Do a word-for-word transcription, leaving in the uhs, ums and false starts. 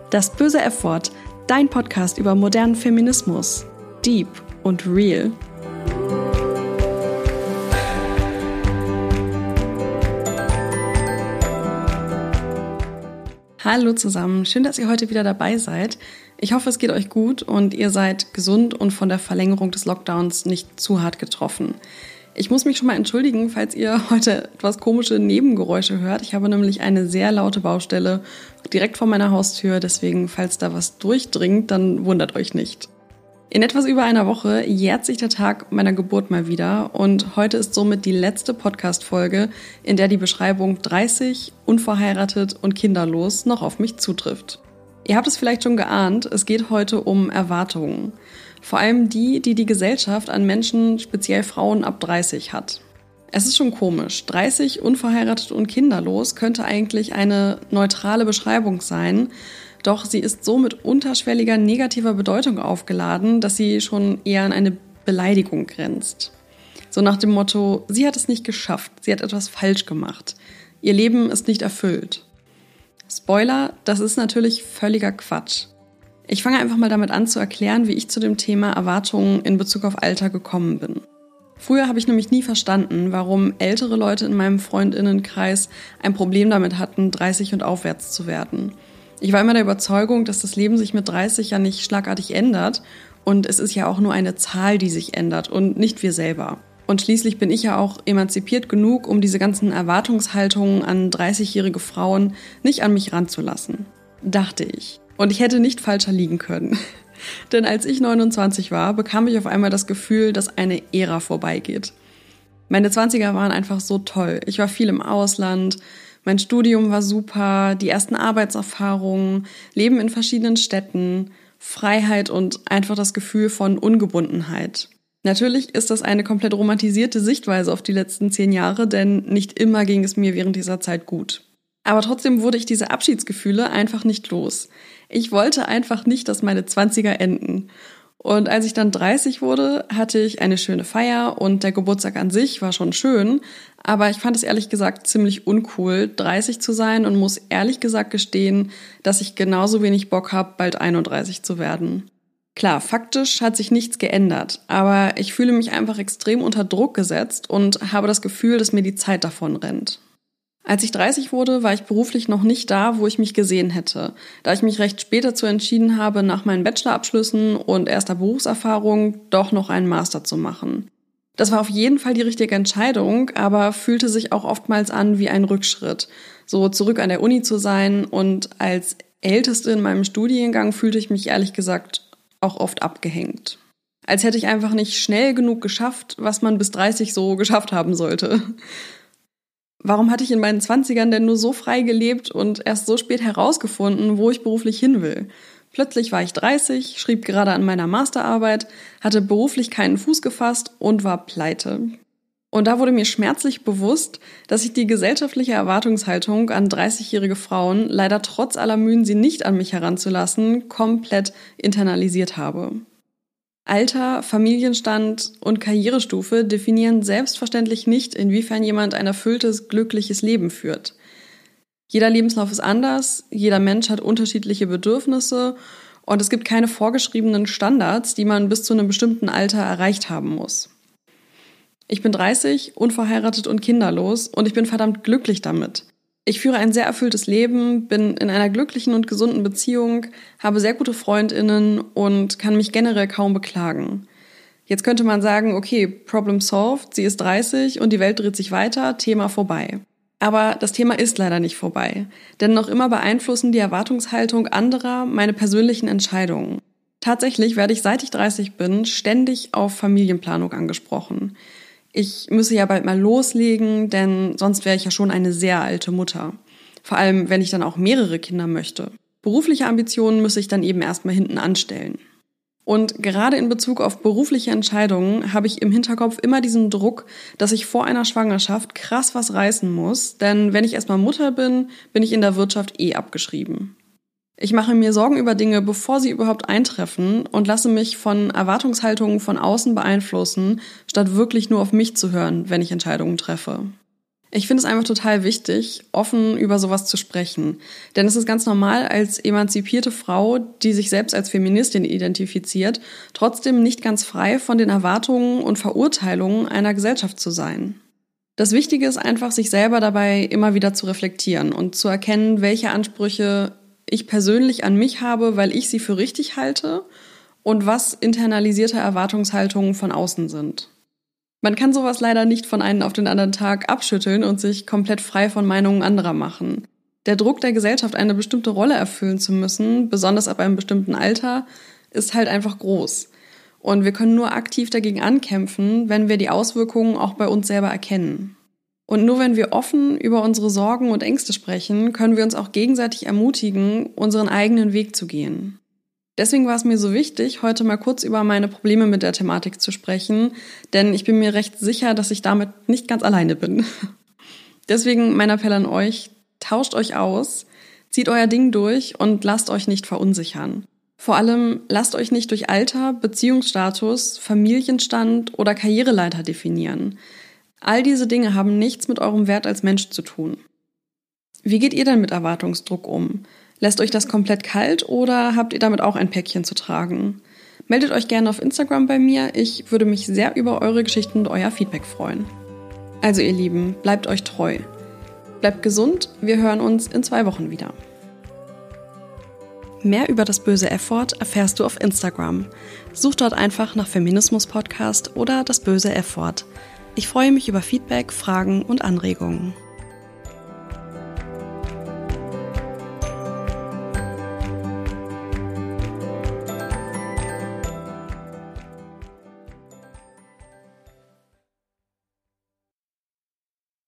Das böse F-Wort, dein Podcast über modernen Feminismus. Deep und real. Hallo zusammen, schön, dass ihr heute wieder dabei seid. Ich hoffe, es geht euch gut und ihr seid gesund und von der Verlängerung des Lockdowns nicht zu hart getroffen. Ich muss mich schon mal entschuldigen, falls ihr heute etwas komische Nebengeräusche hört. Ich habe nämlich eine sehr laute Baustelle direkt vor meiner Haustür, deswegen, falls da was durchdringt, dann wundert euch nicht. In etwas über einer Woche jährt sich der Tag meiner Geburt mal wieder und heute ist somit die letzte Podcast-Folge, in der die Beschreibung dreißig, unverheiratet und kinderlos noch auf mich zutrifft. Ihr habt es vielleicht schon geahnt, es geht heute um Erwartungen. Vor allem die, die die Gesellschaft an Menschen, speziell Frauen ab dreißig hat. Es ist schon komisch, dreißig, unverheiratet und kinderlos könnte eigentlich eine neutrale Beschreibung sein, doch sie ist so mit unterschwelliger negativer Bedeutung aufgeladen, dass sie schon eher an eine Beleidigung grenzt. So nach dem Motto, sie hat es nicht geschafft, sie hat etwas falsch gemacht. Ihr Leben ist nicht erfüllt. Spoiler, das ist natürlich völliger Quatsch. Ich fange einfach mal damit an zu erklären, wie ich zu dem Thema Erwartungen in Bezug auf Alter gekommen bin. Früher habe ich nämlich nie verstanden, warum ältere Leute in meinem Freundinnenkreis ein Problem damit hatten, dreißig und aufwärts zu werden. Ich war immer der Überzeugung, dass das Leben sich mit dreißig ja nicht schlagartig ändert und es ist ja auch nur eine Zahl, die sich ändert und nicht wir selber. Und schließlich bin ich ja auch emanzipiert genug, um diese ganzen Erwartungshaltungen an dreißigjährige Frauen nicht an mich ranzulassen. Dachte ich. Und ich hätte nicht falscher liegen können. Denn als ich neunundzwanzig war, bekam ich auf einmal das Gefühl, dass eine Ära vorbeigeht. Meine zwanziger waren einfach so toll. Ich war viel im Ausland, mein Studium war super, die ersten Arbeitserfahrungen, Leben in verschiedenen Städten, Freiheit und einfach das Gefühl von Ungebundenheit. Natürlich ist das eine komplett romantisierte Sichtweise auf die letzten zehn Jahre, denn nicht immer ging es mir während dieser Zeit gut. Aber trotzdem wurde ich diese Abschiedsgefühle einfach nicht los. Ich wollte einfach nicht, dass meine zwanziger enden. Und als ich dann dreißig wurde, hatte ich eine schöne Feier und der Geburtstag an sich war schon schön, aber ich fand es ehrlich gesagt ziemlich uncool, dreißig zu sein und muss ehrlich gesagt gestehen, dass ich genauso wenig Bock habe, bald einunddreißig zu werden. Klar, faktisch hat sich nichts geändert, aber ich fühle mich einfach extrem unter Druck gesetzt und habe das Gefühl, dass mir die Zeit davon rennt. Als ich dreißig wurde, war ich beruflich noch nicht da, wo ich mich gesehen hätte, da ich mich recht spät dazu entschieden habe, nach meinen Bachelorabschlüssen und erster Berufserfahrung doch noch einen Master zu machen. Das war auf jeden Fall die richtige Entscheidung, aber fühlte sich auch oftmals an wie ein Rückschritt, so zurück an der Uni zu sein, und als Älteste in meinem Studiengang fühlte ich mich ehrlich gesagt auch oft abgehängt. Als hätte ich einfach nicht schnell genug geschafft, was man bis dreißig so geschafft haben sollte. Warum hatte ich in meinen Zwanzigern denn nur so frei gelebt und erst so spät herausgefunden, wo ich beruflich hin will? Plötzlich war ich dreißig, schrieb gerade an meiner Masterarbeit, hatte beruflich keinen Fuß gefasst und war pleite. Und da wurde mir schmerzlich bewusst, dass ich die gesellschaftliche Erwartungshaltung an dreißigjährige Frauen, leider trotz aller Mühen, sie nicht an mich heranzulassen, komplett internalisiert habe. Alter, Familienstand und Karrierestufe definieren selbstverständlich nicht, inwiefern jemand ein erfülltes, glückliches Leben führt. Jeder Lebenslauf ist anders, jeder Mensch hat unterschiedliche Bedürfnisse und es gibt keine vorgeschriebenen Standards, die man bis zu einem bestimmten Alter erreicht haben muss. Ich bin dreißig, unverheiratet und kinderlos und ich bin verdammt glücklich damit. Ich führe ein sehr erfülltes Leben, bin in einer glücklichen und gesunden Beziehung, habe sehr gute FreundInnen und kann mich generell kaum beklagen. Jetzt könnte man sagen, okay, Problem solved, sie ist dreißig und die Welt dreht sich weiter, Thema vorbei. Aber das Thema ist leider nicht vorbei, denn noch immer beeinflussen die Erwartungshaltung anderer meine persönlichen Entscheidungen. Tatsächlich werde ich, seit ich dreißig bin, ständig auf Familienplanung angesprochen. Ich müsse ja bald mal loslegen, denn sonst wäre ich ja schon eine sehr alte Mutter. Vor allem, wenn ich dann auch mehrere Kinder möchte. Berufliche Ambitionen müsse ich dann eben erstmal hinten anstellen. Und gerade in Bezug auf berufliche Entscheidungen habe ich im Hinterkopf immer diesen Druck, dass ich vor einer Schwangerschaft krass was reißen muss, denn wenn ich erstmal Mutter bin, bin ich in der Wirtschaft eh abgeschrieben. Ich mache mir Sorgen über Dinge, bevor sie überhaupt eintreffen und lasse mich von Erwartungshaltungen von außen beeinflussen, statt wirklich nur auf mich zu hören, wenn ich Entscheidungen treffe. Ich finde es einfach total wichtig, offen über sowas zu sprechen. Denn es ist ganz normal, als emanzipierte Frau, die sich selbst als Feministin identifiziert, trotzdem nicht ganz frei von den Erwartungen und Verurteilungen einer Gesellschaft zu sein. Das Wichtige ist einfach, sich selber dabei immer wieder zu reflektieren und zu erkennen, welche Ansprüche ich persönlich an mich habe, weil ich sie für richtig halte und was internalisierte Erwartungshaltungen von außen sind. Man kann sowas leider nicht von einem auf den anderen Tag abschütteln und sich komplett frei von Meinungen anderer machen. Der Druck der Gesellschaft, eine bestimmte Rolle erfüllen zu müssen, besonders ab einem bestimmten Alter, ist halt einfach groß. Und wir können nur aktiv dagegen ankämpfen, wenn wir die Auswirkungen auch bei uns selber erkennen. Und nur wenn wir offen über unsere Sorgen und Ängste sprechen, können wir uns auch gegenseitig ermutigen, unseren eigenen Weg zu gehen. Deswegen war es mir so wichtig, heute mal kurz über meine Probleme mit der Thematik zu sprechen, denn ich bin mir recht sicher, dass ich damit nicht ganz alleine bin. Deswegen mein Appell an euch, tauscht euch aus, zieht euer Ding durch und lasst euch nicht verunsichern. Vor allem lasst euch nicht durch Alter, Beziehungsstatus, Familienstand oder Karriereleiter definieren. All diese Dinge haben nichts mit eurem Wert als Mensch zu tun. Wie geht ihr denn mit Erwartungsdruck um? Lässt euch das komplett kalt oder habt ihr damit auch ein Päckchen zu tragen? Meldet euch gerne auf Instagram bei mir. Ich würde mich sehr über eure Geschichten und euer Feedback freuen. Also ihr Lieben, bleibt euch treu. Bleibt gesund, wir hören uns in zwei Wochen wieder. Mehr über das böse F-Wort erfährst du auf Instagram. Such dort einfach nach Feminismus-Podcast oder das böse F-Wort. Ich freue mich über Feedback, Fragen und Anregungen.